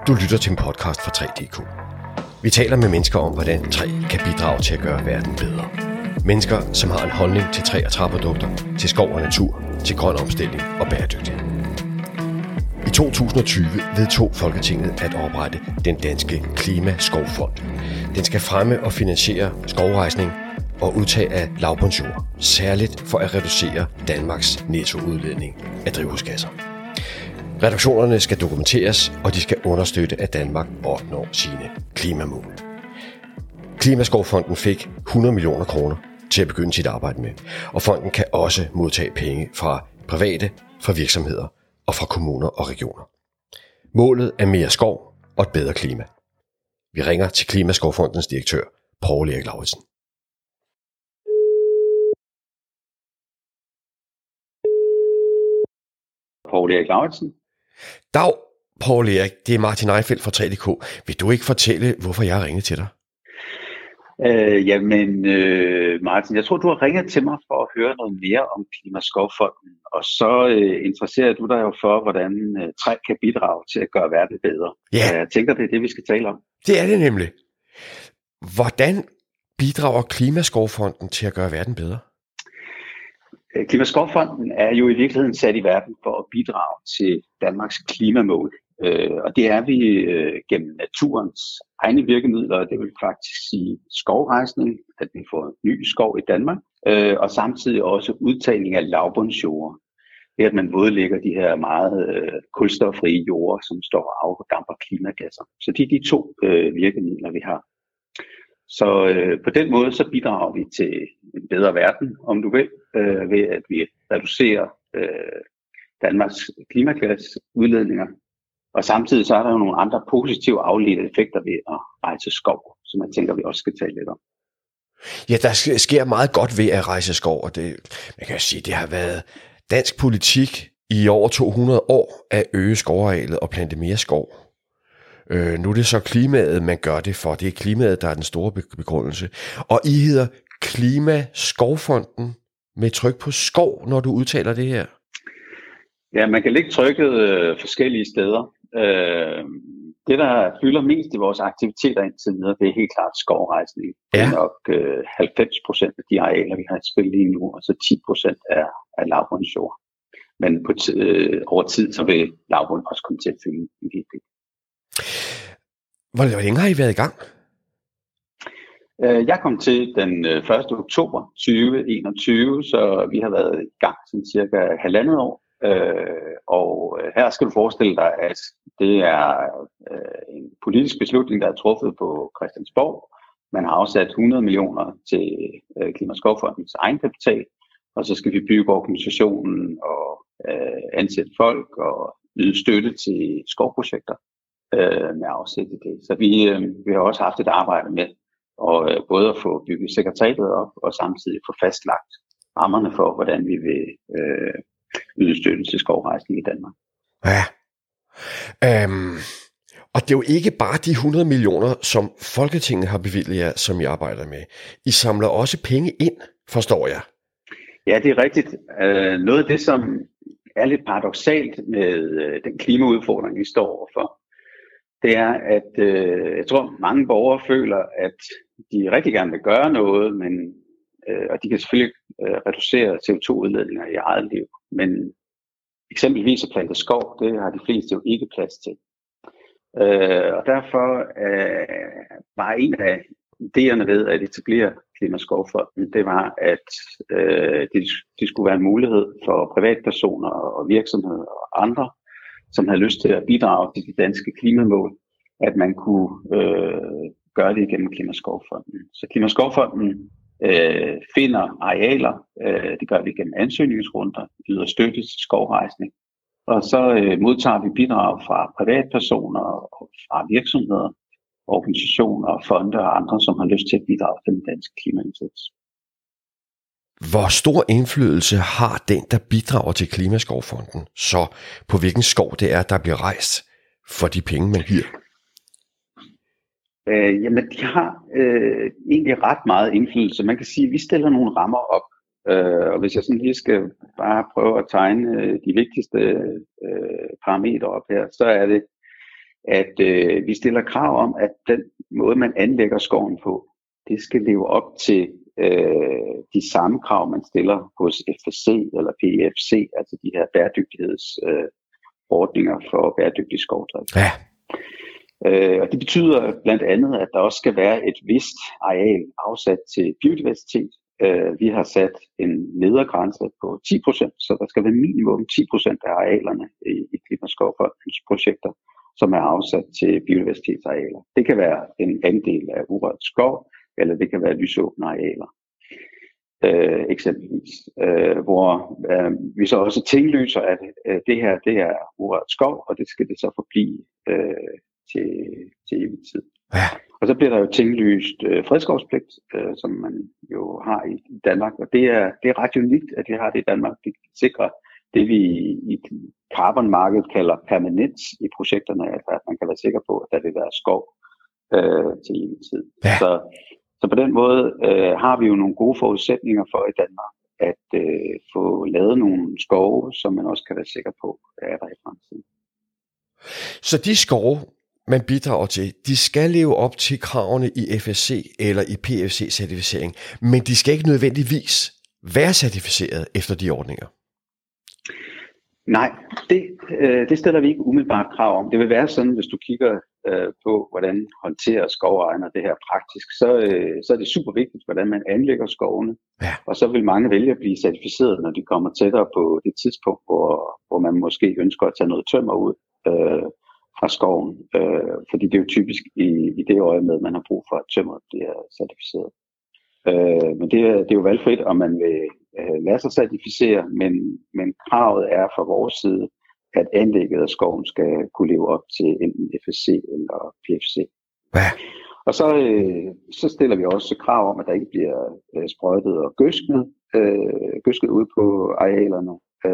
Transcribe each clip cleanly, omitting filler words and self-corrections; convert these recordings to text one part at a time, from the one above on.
Du lytter til en podcast fra 3DK. Vi taler med mennesker om, hvordan træ kan bidrage til at gøre verden bedre. Mennesker, som har en holdning til træ og træprodukter, til skov og natur, til grøn omstilling og bæredygtighed. I 2020 vedtog Folketinget at oprette den danske Klimaskovfond. Den skal fremme og finansiere skovrejsning og udtag af lavbundsjord, særligt for at reducere Danmarks nettoudledning af drivhusgasser. Reduktionerne skal dokumenteres, og de skal understøtte, at Danmark opnår sine klimamål. Klimaskovfonden fik 100 millioner kroner til at begynde sit arbejde med, og fonden kan også modtage penge fra private, fra virksomheder og fra kommuner og regioner. Målet er mere skov og et bedre klima. Vi ringer til Klimaskovfondens direktør, Poul Erik Lauridsen. Poul Erik Lauridsen. Dag, Poul Erik. Det er Martin Eifeldt fra 3DK. Vil du ikke fortælle, hvorfor jeg har ringet til dig? Martin, jeg tror, du har ringet til mig for at høre noget mere om Klimaskovfonden. Og så interesserer du dig jo for, hvordan træ kan bidrage til at gøre verden bedre. Ja. Jeg tænker, det er det, vi skal tale om. Det er det nemlig. Hvordan bidrager Klimaskovfonden til at gøre verden bedre? Klimaskovfonden er jo i virkeligheden sat i verden for at bidrage til Danmarks klimamål. Og det er vi gennem naturens egne virkemidler, det vil faktisk sige skovrejsning, at vi får ny skov i Danmark, og samtidig også udtagning af lavbundsjord, ved at man vådlægger de her meget kulstoffrige jorder, som står og afdamper klimagasser. Så det er de to virkemidler, vi har. Så på den måde så bidrager vi til en bedre verden, om du vil, ved at vi reducerer Danmarks klimagasudledninger. Og samtidig så er der jo nogle andre positive afledte effekter ved at rejse skov, som jeg tænker, vi også skal tale lidt om. Ja, der sker meget godt ved at rejse skov, og det, man kan sige, det har været dansk politik i over 200 år at øge skovarealet og plante mere skov. Nu er det så klimaet, man gør det for. Det er klimaet, der er den store begrundelse. Og I hedder Klimaskovfonden med tryk på skov, når du udtaler det her. Ja, man kan lægge trykket forskellige steder. Det, der fylder mest i vores aktiviteter indtil videre, det er helt klart skovrejsning. Det er nok 90% af de arealer, vi har i spil lige nu, og så 10% er lavbundsjord. Men over tid, så vil lavbund også komme til at fylde en hel del. Hvor længe har I været i gang? Jeg kom til den 1. oktober 2021, så vi har været i gang siden cirka 1,5 år. Og her skal du forestille dig, at det er en politisk beslutning, der er truffet på Christiansborg. Man har afsat 100 millioner til Klimaskovfondens egenkapital, og så skal vi bygge organisationen og ansætte folk og yde støtte til skovprojekter med afsæt i det. Så vi har også haft et arbejde med og både at få bygget sekretariatet op og samtidig få fastlagt rammerne for, hvordan vi vil yde støtte til skovrejsning i Danmark. Ja. Og det er jo ikke bare de 100 millioner, som Folketinget har bevilget jer, som I arbejder med. I samler også penge ind, forstår jeg. Ja, det er rigtigt. Noget af det, som er lidt paradoksalt med den klimaudfordring, vi står overfor, det er, at jeg tror, mange borgere føler, at de rigtig gerne vil gøre noget, men, og de kan selvfølgelig reducere CO2-udledninger i eget liv. Men eksempelvis at plante skov, det har de fleste jo ikke plads til. Og derfor var en af idéerne ved at etablere Klimaskovfonden, det var, at det skulle være en mulighed for privatpersoner og virksomheder og andre, som havde lyst til at bidrage til de danske klimamål, at man kunne gøre det igennem Klimaskovfonden. Så Klimaskovfonden finder arealer, det gør vi gennem ansøgningsrunder, yder støtte til skovrejsning, og så modtager vi bidrag fra privatpersoner og fra virksomheder, organisationer, fonde og andre, som har lyst til at bidrage til den danske klimaindsats. Hvor stor indflydelse har den, der bidrager til Klimaskovfonden, så på hvilken skov det er, der bliver rejst for de penge, man giver? Jamen, de har egentlig ret meget indflydelse. Man kan sige, at vi stiller nogle rammer op. Og hvis jeg sådan lige skal bare prøve at tegne de vigtigste parametre op her, så er det, at vi stiller krav om, at den måde, man anlægger skoven på, det skal leve op til de samme krav, man stiller hos FSC eller PEFC, altså de her bæredygtighedsordninger for bæredygtig skovdrift. Ja. Og det betyder blandt andet, at der også skal være et vist areal afsat til biodiversitet. Vi har sat en nedergrænse på 10%, så der skal være minimum 10% af arealerne i Klimaskovfondens projekter, som er afsat til biodiversitetsarealer. Det kan være en andel af urørt skov, eller det kan være lysåbne arealer, eksempelvis. Hvor vi så også tinglyser, at det her det er urørt skov, og det skal det så forblive til evig tid. Ja. Og så bliver der jo tinglyst fredskovspligt, som man jo har i Danmark, og det er ret unikt, at vi har det i Danmark. Det sikrer det, vi i carbon-markedet kalder permanens i projekterne, altså at man kan være sikker på, at der vil være skov til evig tid. Ja. Så på den måde har vi jo nogle gode forudsætninger for i Danmark at få lavet nogle skove, som man også kan være sikker på, er der i fremtiden. Så de skove, man bidrager til, de skal leve op til kravene i FSC eller i PEFC-certificering, men de skal ikke nødvendigvis være certificeret efter de ordninger. Nej, det stiller vi ikke umiddelbart krav om. Det vil være sådan, hvis du kigger på, hvordan håndterer skovejerne det her praktisk, så er det super vigtigt, hvordan man anlægger skovene. Ja. Og så vil mange vælge at blive certificeret, når de kommer tættere på det tidspunkt, hvor man måske ønsker at tage noget tømmer ud fra skoven. Fordi det er jo typisk i det øje med, at man har brug for, at tømmer bliver certificeret. Men det er jo valgfrit, om man vil lade sig certificere, men kravet er fra vores side, at anlægget af skoven skal kunne leve op til enten FSC eller PEFC. Ja. Og så stiller vi også krav om, at der ikke bliver sprøjtet og gødsket ud på arealerne.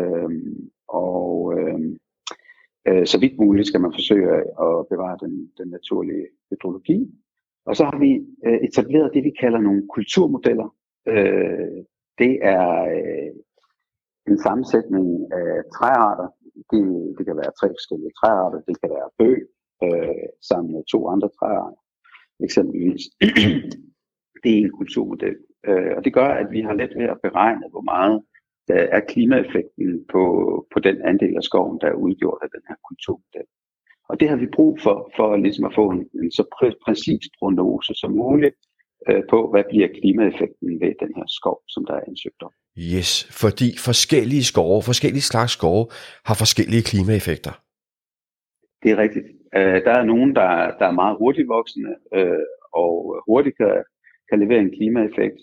Så vidt muligt skal man forsøge at bevare den naturlige hydrologi. Og så har vi etableret det, vi kalder nogle kulturmodeller. Det er en sammensætning af træarter. Det kan være 3 forskellige træarter. Det kan være bøg sammen med 2 andre træarter, eksempelvis. Det er en kulturmodel. Og det gør, at vi har let ved at beregne, hvor meget der er klimaeffekten på den andel af skoven, der er udgjort af den her kulturmodel. Og det har vi brug for ligesom at få en så præcis prognose som muligt på, hvad bliver klimaeffekten ved den her skov, som der er ansøgt om. Yes, fordi forskellige slags skove har forskellige klimaeffekter. Det er rigtigt. Der er nogen, der er meget hurtigt voksende og hurtigt kan levere en klimaeffekt.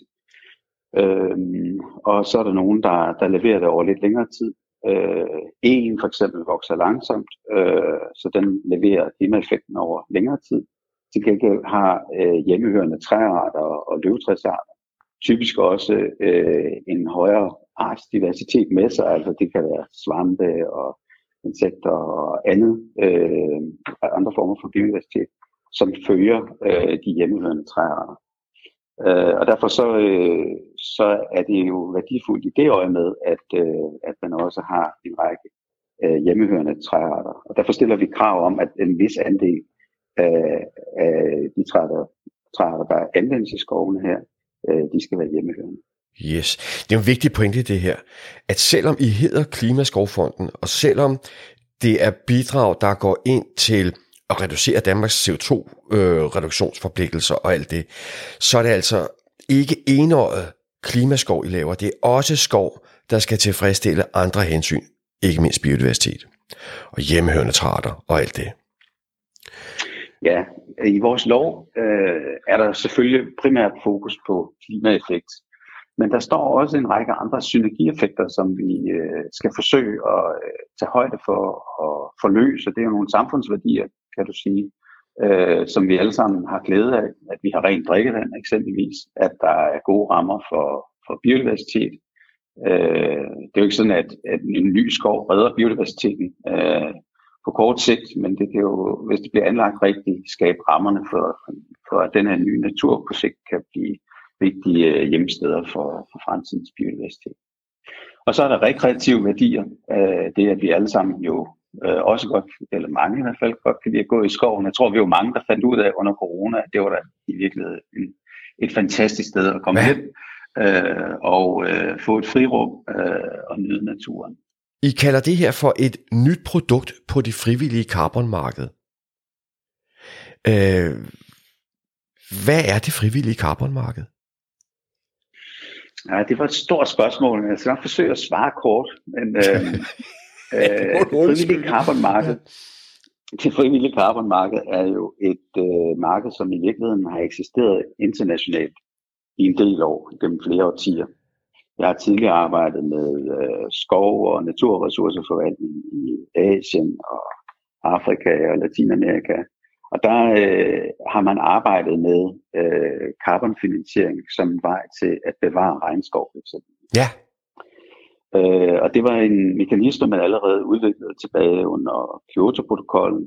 Og så er der nogen, der leverer det over lidt længere tid. En for eksempel vokser langsomt, så den leverer klimaeffekten over længere tid. Til gengæld har hjemmehørende træarter og løvtræsarter typisk også en højere artsdiversitet med sig. Altså det kan være svampe og insekter og andre former for biodiversitet, som følger de hjemmehørende træarter. Og derfor så er det jo værdifuldt i det øje med, at man også har en række hjemmehørende træarter. Og derfor stiller vi krav om, at en vis andel af de træarter, der anvendes i skovene her, de skal være hjemmehørende. Yes, det er en vigtig pointe det her, at selvom I hedder Klimaskovfonden, og selvom det er bidrag, der går ind til at reducere Danmarks CO2-reduktionsforpligtelser og alt det, så er det altså ikke enåret klimaskov, I laver. Det er også skov, der skal tilfredsstille andre hensyn, ikke mindst biodiversitet og hjemmehørende træarter og alt det. Ja, i vores lov er der selvfølgelig primært fokus på klimaeffekt, men der står også en række andre synergieffekter, som vi skal forsøge at tage højde for og forløse. Det er jo nogle samfundsværdier, kan du sige, som vi alle sammen har glæde af, at vi har rent drikkevand eksempelvis, at der er gode rammer for biodiversitet. Det er jo ikke sådan, at en ny skov redder biodiversiteten på kort sigt, men det kan jo, hvis det bliver anlagt rigtigt, skabe rammerne for at den her nye natur på sigt kan blive vigtige hjemsteder for fremtidens biodiversitet. Og så er der rekreative værdier. Det at vi alle sammen jo også godt, eller mange i hvert fald, godt kan lide at gå i skoven. Jeg tror, vi var mange, der fandt ud af under corona, at det var da i virkeligheden et fantastisk sted at komme hen og få et frirum og nyde naturen. I kalder det her for et nyt produkt på det frivillige carbonmarked. Hvad er det frivillige carbonmarked? Ja, det var et stort spørgsmål. Jeg skal nok forsøge at svare kort. Men det frivillige carbonmarked er jo et marked, som i virkeligheden har eksisteret internationalt i en del år, gennem flere årtier. Jeg har tidligere arbejdet med skov- og naturressourceforvaltning i Asien og Afrika og Latinamerika. Og der har man arbejdet med carbonfinansiering som vej til at bevare regnskov. Ja. Og det var en mekanisme, man allerede udviklede tilbage under Kyoto-protokollen,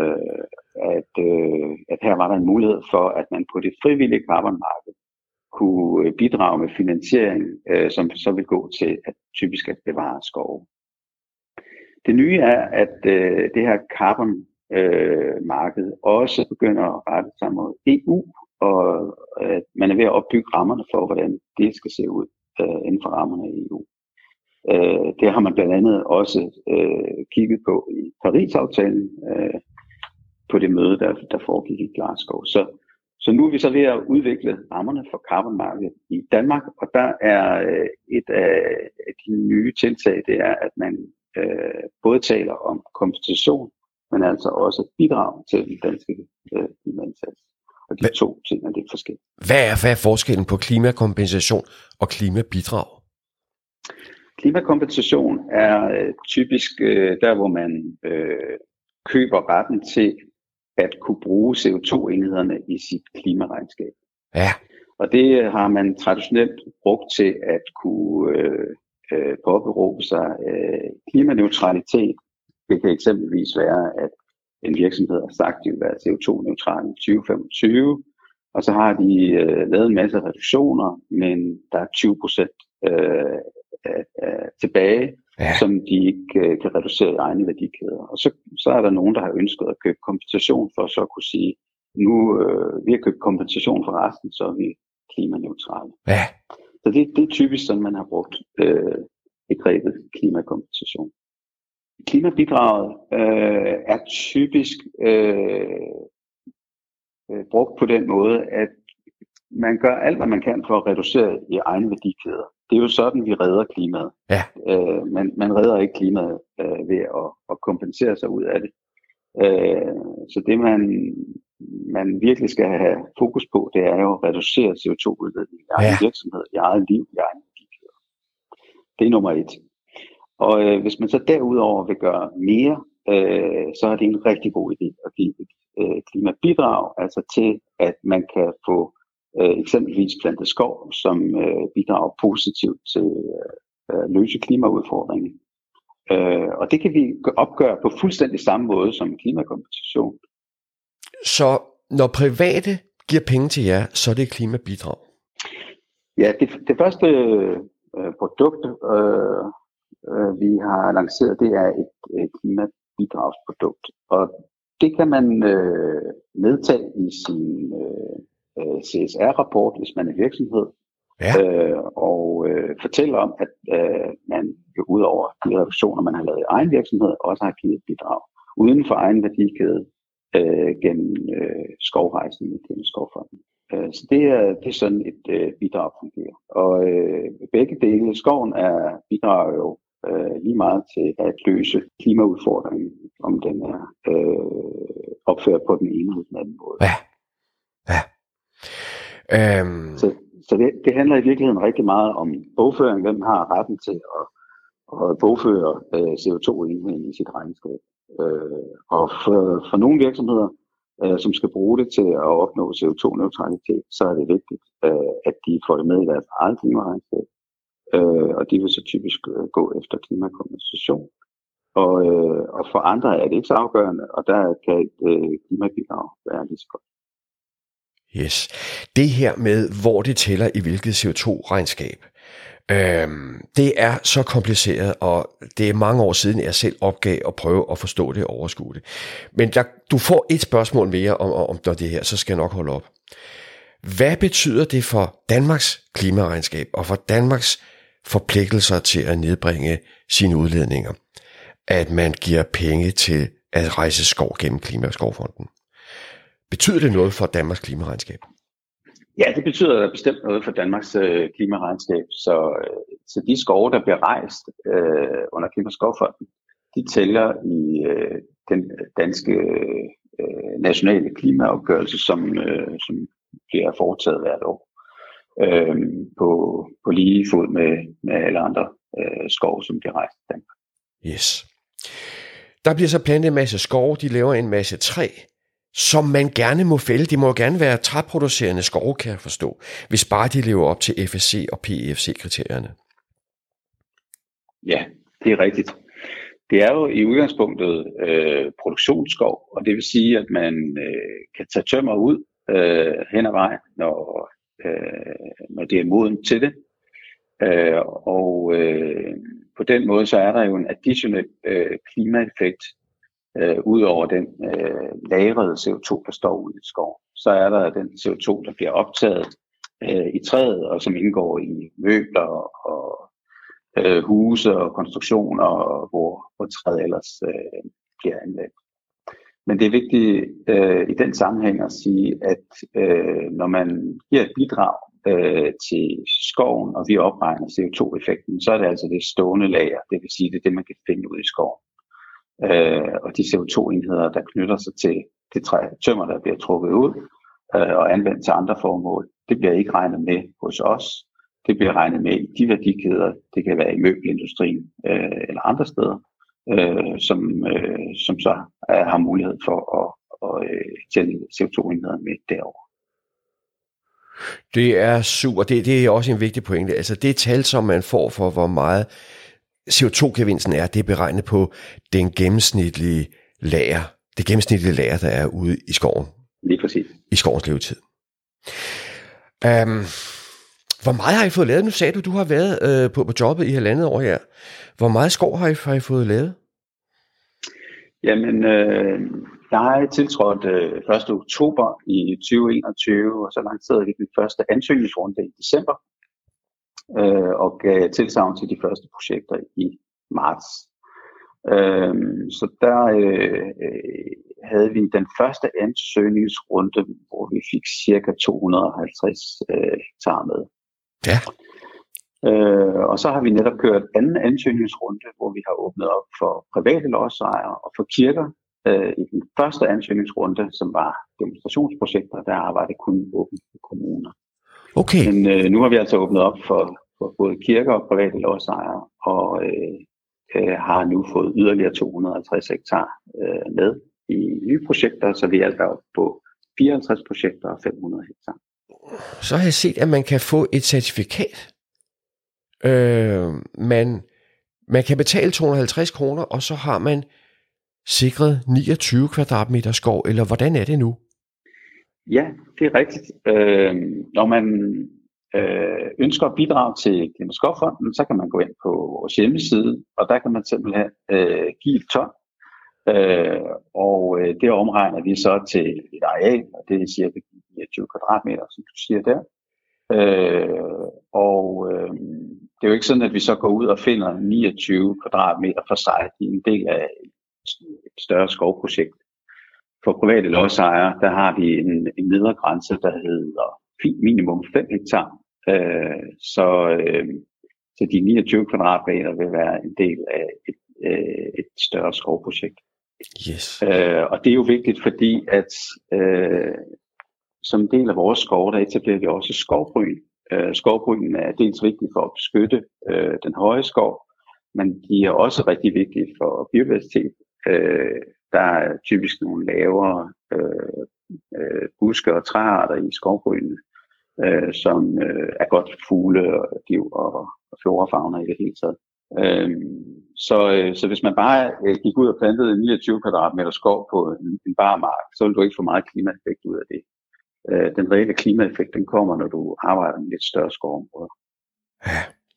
at her var der en mulighed for, at man på det frivillige carbonmarked kunne bidrage med finansiering, som så vil gå til at typisk at bevare skove. Det nye er, at det her carbon-marked også begynder at rette sig mod EU, og man er ved at opbygge rammerne for, hvordan det skal se ud inden for rammerne af EU. Det har man blandt andet også kigget på i Paris-aftalen på det møde, der foregik i Glasgow. Så nu er vi så ved at udvikle rammerne for carbonmarkedet i Danmark, og der er et af de nye tiltag, det er, at man både taler om kompensation, men altså også bidrag til den danske klimaindsats. Og de to ting er lidt forskellige. Hvad er forskellen på klimakompensation og klimabidrag? Klimakompensation er typisk der, hvor man køber retten til at kunne bruge CO2-enhederne i sit klimaregnskab. Ja. Og det har man traditionelt brugt til at kunne påberåbe sig klimaneutralitet. Det kan eksempelvis være, at en virksomhed har sagt, at de vil være CO2-neutral i 2025, og så har de lavet en masse reduktioner, men der er 20% tilbage, som de ikke kan reducere i egne værdikæder. Og så er der nogen, der har ønsket at købe kompensation for så at kunne sige, nu vi har købt kompensation for resten, så er vi klimaneutrale. Ja. Så det er typisk sådan, man har brugt begrebet klimakompensation. Klimabidraget er typisk brugt på den måde, at man gør alt, hvad man kan for at reducere i egne værdikæder. Det er jo sådan, vi redder klimaet. Ja. Man redder ikke klimaet ved at kompensere sig ud af det. Så det, man virkelig skal have fokus på, det er jo at reducere CO2-udledning i egen virksomhed, i eget liv, i egen værdikæder. Det er nummer 1. Og hvis man så derudover vil gøre mere, så er det en rigtig god idé at give et klimabidrag, altså til, at man kan få eksempelvis plantet skov, som bidrager positivt til at løse klimaudfordringen. Og det kan vi opgøre på fuldstændig samme måde som klimakompensation. Så når private giver penge til jer, så er det et klimabidrag? Ja, det første produkt, vi har lanceret, det er et klimabidragsprodukt. Og det kan man medtage i sin CSR-rapport, hvis man er virksomhed, og fortælle om, at man jo ud over de reduktioner, man har lavet i egen virksomhed, også har givet et bidrag uden for egen værdikæde gennem skovrejsning, gennem Skovfonden. Så det er sådan et bidrag fungerer. Og begge dele, skoven bidrager jo lige meget til at løse klimaudfordringen, om den er opført på den ene eller den anden måde. Ja. Så det handler i virkeligheden rigtig meget om bogføring, hvem har retten til at bogføre CO2-enheden i sit regnskab. Og for nogle virksomheder, som skal bruge det til at opnå CO2-neutralitet, så er det vigtigt, at de får det med i deres eget klimaregnskab. Og de vil så typisk gå efter klimakompensation. Og for andre er det ikke så afgørende, og der kan et klimabidrag være lige så godt. Yes. Det her med, hvor det tæller i hvilket CO2-regnskab, Det er så kompliceret, og det er mange år siden, jeg selv opgav at prøve at forstå det og overskue det. Men du får et spørgsmål mere om det her, så skal jeg nok holde op. Hvad betyder det for Danmarks klimaregnskab og for Danmarks forpligtelser til at nedbringe sine udledninger, at man giver penge til at rejse skov gennem Klimaskovfonden? Betyder det noget for Danmarks klimaregnskab? Ja, det betyder bestemt noget for Danmarks klimaregnskab. Så de skove, der bliver rejst under Klimaskovfonden, de tæller i den danske nationale klimaopgørelse, som bliver foretaget hvert år på lige fod med alle andre skove, som bliver rejst i Danmark. Yes. Der bliver så plantet en masse skove, de laver en masse træ, som man gerne må fælde. De må jo gerne være træproducerende skove, kan jeg forstå, hvis bare de lever op til FSC og PEFC-kriterierne. Ja, det er rigtigt. Det er jo i udgangspunktet produktionsskov, og det vil sige, at man kan tage tømmer ud hen ad vejen, når det er moden til det. På den måde så er der jo en additionel klimaeffekt ud over den lagrede CO2, der står ude i skoven. Så er der den CO2, der bliver optaget i træet, og som indgår i møbler og huse og konstruktioner, hvor træet ellers bliver anvendt. Men det er vigtigt i den sammenhæng at sige, at når man giver et bidrag til skoven, og vi opregner CO2-effekten, så er det altså det stående lager. Det vil sige, det er det, man kan finde ud i skoven. Og de CO2-enheder, der knytter sig til det tømmer, der bliver trukket ud og anvendt til andre formål, det bliver ikke regnet med hos os. Det bliver regnet med i de værdikæder. Det kan være i møbelindustrien eller andre steder, som så har mulighed for at tælle CO2-enheder med derovre. Det er super. Det er også en vigtig pointe. Altså det tal, som man får for, hvor meget CO2-gevinsten er, det er beregnet på den gennemsnitlige lager. Det gennemsnitlige lager, der er ude i skoven. Lige præcis. I skovens levetid. Hvor meget har I fået lavet? Nu sagde du har været på jobbet i 1,5 år her. Hvor meget skov har I fået lavet? Jamen, jeg har tiltrådt 1. oktober i 2021, og så lancerede vi den første ansøgningsrunde i december, og gav tilsagn til de første projekter i marts. Så der havde vi den første ansøgningsrunde, hvor vi fik cirka 250 hektar med. Ja. Og så har vi netop kørt anden ansøgningsrunde, hvor vi har åbnet op for private lodsejere og for kirker. I den første ansøgningsrunde, som var demonstrationsprojekter, der arbejdede kun åbent for kommuner. Okay. Men nu har vi altså åbnet op for både kirker og private lodsejere, og har nu fået yderligere 250 hektar med i nye projekter, så vi er altså oppe på 54 projekter og 500 hektar. Så har jeg set, at man kan få et certifikat. Man kan betale 250 kroner, og så har man sikret 29 kvadratmeter skov, eller hvordan er det nu? Ja, det er rigtigt. Når man ønsker at bidrage til Klimaskovfonden, så kan man gå ind på vores hjemmeside, og der kan man simpelthen give et ton. Og det omregner vi så til et areal, og det er cirka 29 kvadratmeter, som du siger der. Det er jo ikke sådan, at vi så går ud og finder 29 kvadratmeter for sig. Det er en del af et større skovprojekt. For private lodsejere, der har vi en nedre grænse, der hedder minimum 5 hektar. Så de 29 kvadratmeter vil være en del af et større skovprojekt. Yes. Og det er jo vigtigt, fordi at som del af vores skov, der etablerer vi også skovbryn. Skovbrynen er dels vigtig for at beskytte den høje skov, men de er også rigtig vigtige for biodiversitet. Der er typisk nogle lavere buske- og træarter i skovbrynene, som er godt for fugle og liv og florafauna i det hele taget. Så hvis man bare gik ud og plantede 29 kvadratmeter skov på en bar mark, så vil du ikke få meget klimaeffekt ud af det. Den reelle klimaeffekt, den kommer, når du arbejder med lidt større skovområder. Ja,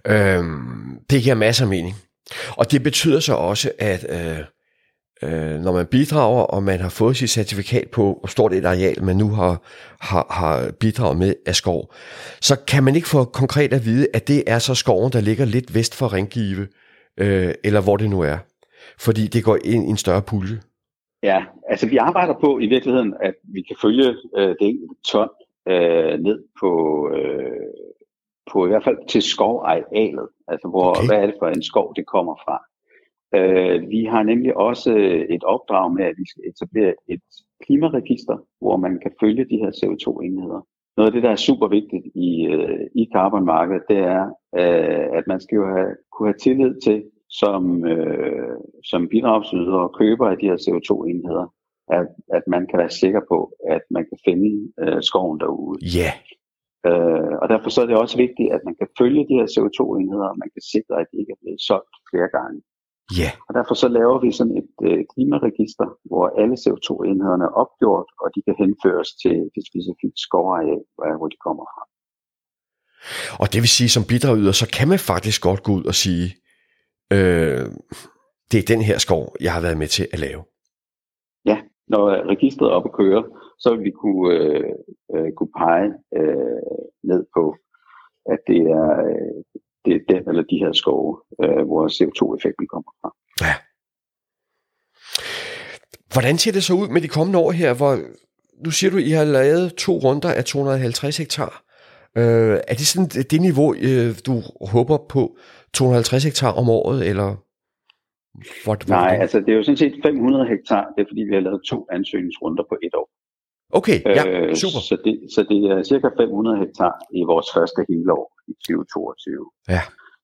Det giver masser af mening. Og det betyder så også, at når man bidrager, og man har fået sit certifikat på, hvor stort et areal man nu har bidraget med af skov, så kan man ikke få konkret at vide, at det er så skoven, der ligger lidt vest for Ringive, eller hvor det nu er. Fordi det går ind i en større pulje. Ja, altså vi arbejder på i virkeligheden, at vi kan følge det enkelte ton ned på i hvert fald til skovarealet. Altså hvad er det for en skov, det kommer fra. Vi har nemlig også et opdrag med, at vi skal etablere et klimaregister, hvor man kan følge de her CO2-enheder. Noget af det, der er super vigtigt i carbonmarkedet, det er, at man skal jo kunne have tillid til, som bidragsyder og køber af de her CO2-enheder, at man kan være sikker på, at man kan finde skoven derude. Ja. Og derfor så er det også vigtigt, at man kan følge de her CO2-enheder, og man kan sikre, at de ikke er blevet solgt flere gange. Ja. Og derfor så laver vi sådan et klimaregister, hvor alle CO2-enhederne er opgjort, og de kan henføres til det specifikke skovareal, hvor de kommer fra. Og det vil sige, som bidragyder, så kan man faktisk godt gå ud og sige, det er den her skov, jeg har været med til at lave. Ja, når registret er oppe at køre, så vil vi kunne pege ned på, at det er den eller de her skove, hvor CO2-effekten kommer fra. Ja. Hvordan ser det så ud med de kommende år her? Nu siger du, I har lavet 2 runder af 250 hektar. Er det sådan det niveau, du håber på, 250 hektar om året, eller? Nej, altså det er jo sådan set 500 hektar, det er fordi vi har lavet 2 ansøgningsrunder på 1 år. Okay, ja, super. Så det er cirka 500 hektar i vores første hele år i 2022. Ja.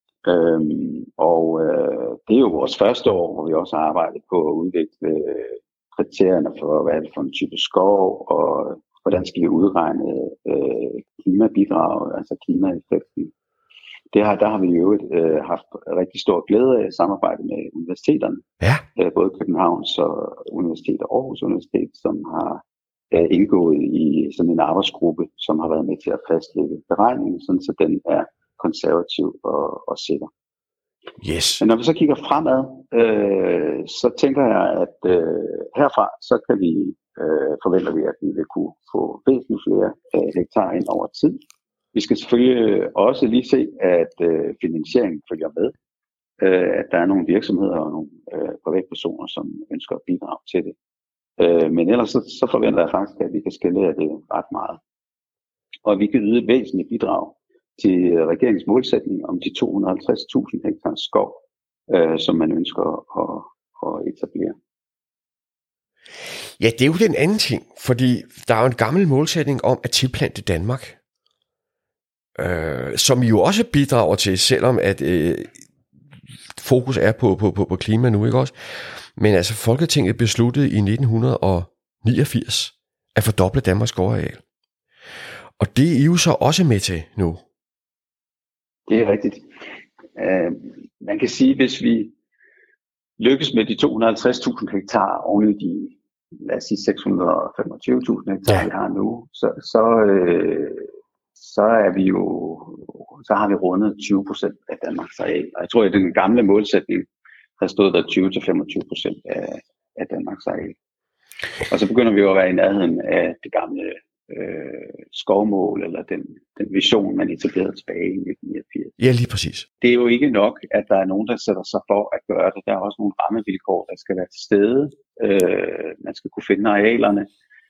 Det er jo vores første år, hvor vi også har arbejdet på at udvikle kriterierne for, hvad er det for en type skov, og hvordan skal vi udregne klimabidrag, altså klimaeffekten. Der har vi jo haft rigtig stor glæde af samarbejde med universiteterne. Ja. Både Københavns og Universitet og Aarhus Universitet, som har indgået i sådan en arbejdsgruppe, som har været med til at fastlægge beregningen, sådan så den er konservativ og sikker. Yes. Men når vi så kigger fremad, så tænker jeg, at herfra, så kan vi forventer vi, at vi vil kunne få væsentligt flere hektar ind over tid. Vi skal selvfølgelig også lige se, at finansieringen følger med. At der er nogle virksomheder og nogle privatpersoner, som ønsker at bidrage til det. Men ellers så forventer jeg faktisk, at vi kan skalere det ret meget. Og vi kan yde et væsentligt bidrag til regeringens målsætning om de 250.000 hektar skov, som man ønsker at etablere. Ja, det er jo den anden ting, fordi der er jo en gammel målsætning om at tilplante Danmark, som I jo også bidrager til, selvom at fokus er på klima nu, ikke også? Men altså Folketinget besluttede i 1989 at fordoble Danmarks skovareal. Og det er I jo så også med til nu. Det er rigtigt. Man kan sige, hvis vi lykkes med de 250.000 hektar oven i de, lad os sige 625.000 hektar, vi har nu, så er vi jo, så har vi rundet 20% af Danmarks areal. Og jeg tror, at den gamle målsætning, der stod der 20-25% af Danmarks areal. Og så begynder vi jo at være i nærheden af det gamle skovmål, eller den vision, man etablerede tilbage i 1989. Ja, lige præcis. Det er jo ikke nok, at der er nogen, der sætter sig for at gøre det. Der er også nogle rammevilkår, der skal være til stede. Man skal kunne finde arealerne.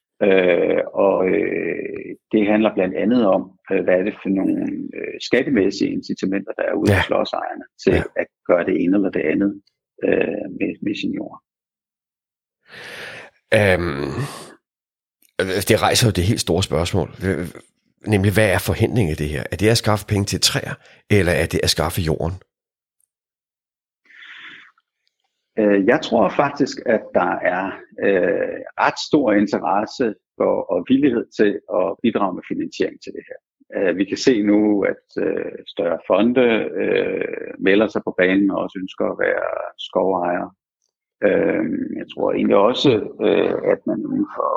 Det handler blandt andet om, hvad er det for nogle skattemæssige incitamenter, der er ude hos lodsejerne til at gøre det ene eller det andet med sin jord. Det rejser jo det helt store spørgsmål. Nemlig, hvad er forhindringen i det her? Er det at skaffe penge til træer, eller er det at skaffe jorden? Jeg tror faktisk, at der er ret stor interesse for og villighed til at bidrage med finansiering til det her. Vi kan se nu, at større fonde melder sig på banen og også ønsker at være skovejere. Jeg tror egentlig også, at man inden for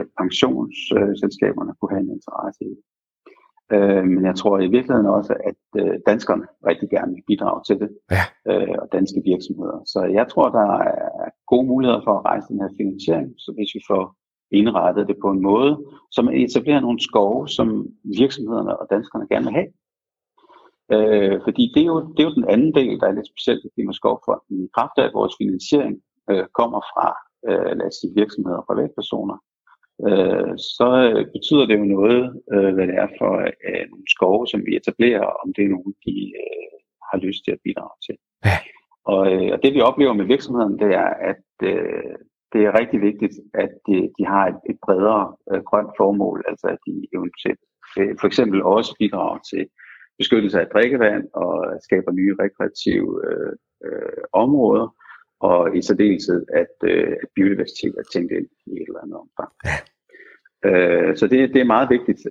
pensionsselskaberne kunne have en interesse i det. Men jeg tror i virkeligheden også, at danskerne rigtig gerne vil bidrage til det, og danske virksomheder. Så jeg tror, der er gode muligheder for at rejse den her finansiering, så hvis vi får indrettet det på en måde, som etablerer nogle skove, som virksomhederne og danskerne gerne vil have. Fordi det er jo den anden del, der er lidt specielt i Klimaskovfonden. I kraft af, at vores finansiering kommer fra, lad os sige, virksomheder og privatpersoner, så betyder det jo noget, hvad det er for nogle skove, som vi etablerer, om det er nogen, de har lyst til at bidrage til. Ja. Og det vi oplever med virksomheden, det er, at det er rigtig vigtigt, at de har et bredere grønt formål, altså at de eventuelt for eksempel også bidrager til beskyttelse af drikkevand og skaber nye rekreative områder, og i særdeleshed, at biodiversitet er tænkt ind i et eller andet omfang. Ja. Så det er meget vigtigt,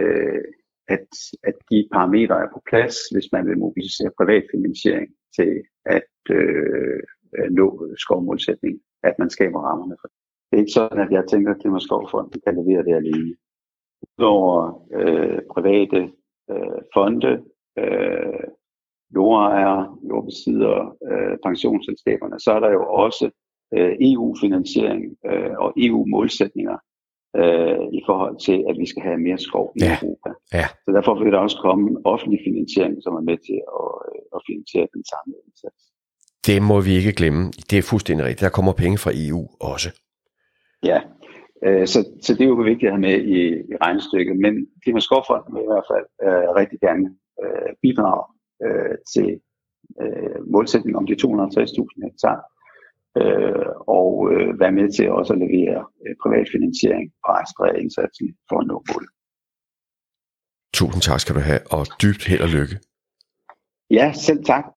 at de parametre er på plads, hvis man vil mobilisere privat finansiering til at nå skovmålsætningen, at man skaber rammerne for det. Det er ikke sådan, at jeg tænker, at Klimaskovfonden kan levere det alene. Udover private fonde, jordejere, jordbesiddere, pensionsselskaberne, så er der jo også EU-finansiering og EU-målsætninger i forhold til, at vi skal have mere skov i Europa. Ja. Så derfor vil der også komme offentlig finansiering, som er med til at finansiere den samlede indsats. Det må vi ikke glemme. Det er fuldstændig rigtigt. Der kommer penge fra EU også. Ja, så det er jo vigtigt at have med i regnestykket. Men Klimaskovfonden vil i hvert fald rigtig gerne bidrage til målsætningen om de 250.000 hektar. Og være med til også at levere privat finansiering og registrere indsatsen for at nå målet. Tusind tak skal du have, og dybt held og lykke. Ja, selv tak.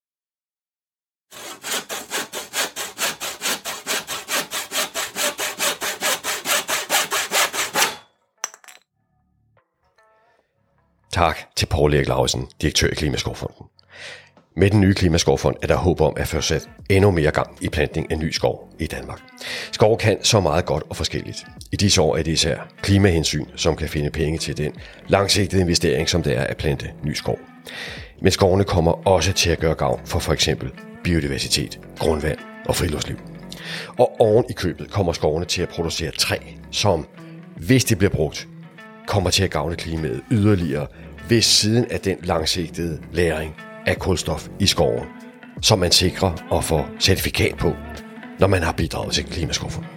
Tak til Poul Erik Lauritzen, direktør i Klimaskovfonden. Med den nye Klimaskovfond er der håb om at få sat endnu mere gang i plantning af ny skov i Danmark. Skov kan så meget godt og forskelligt. I disse år er det især klimahensyn, som kan finde penge til den langsigtede investering, som det er at plante ny skov. Men skovene kommer også til at gøre gavn for f.eks. biodiversitet, grundvand og friluftsliv. Og oven i købet kommer skovene til at producere træ, som, hvis det bliver brugt, kommer til at gavne klimaet yderligere ved siden af den langsigtede lagring af kulstof i skoven, som man sikrer og får certifikat på, når man har bidraget til Klimaskovfonden.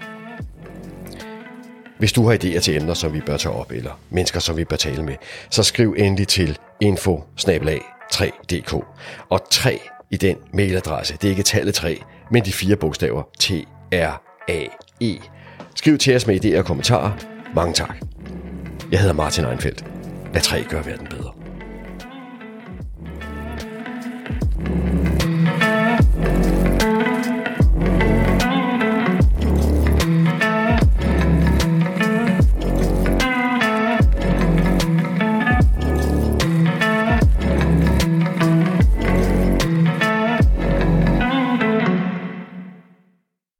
Hvis du har idéer til emner, som vi bør tage op, eller mennesker, som vi bør tale med, så skriv endelig til info@3dk. Og 3 i den mailadresse, det er ikke tallet 3, men de 4 bogstaver TRAE. Skriv til os med idéer og kommentarer. Mange tak. Jeg hedder Martin Einfeldt. Lad 3 gøre verden bedre.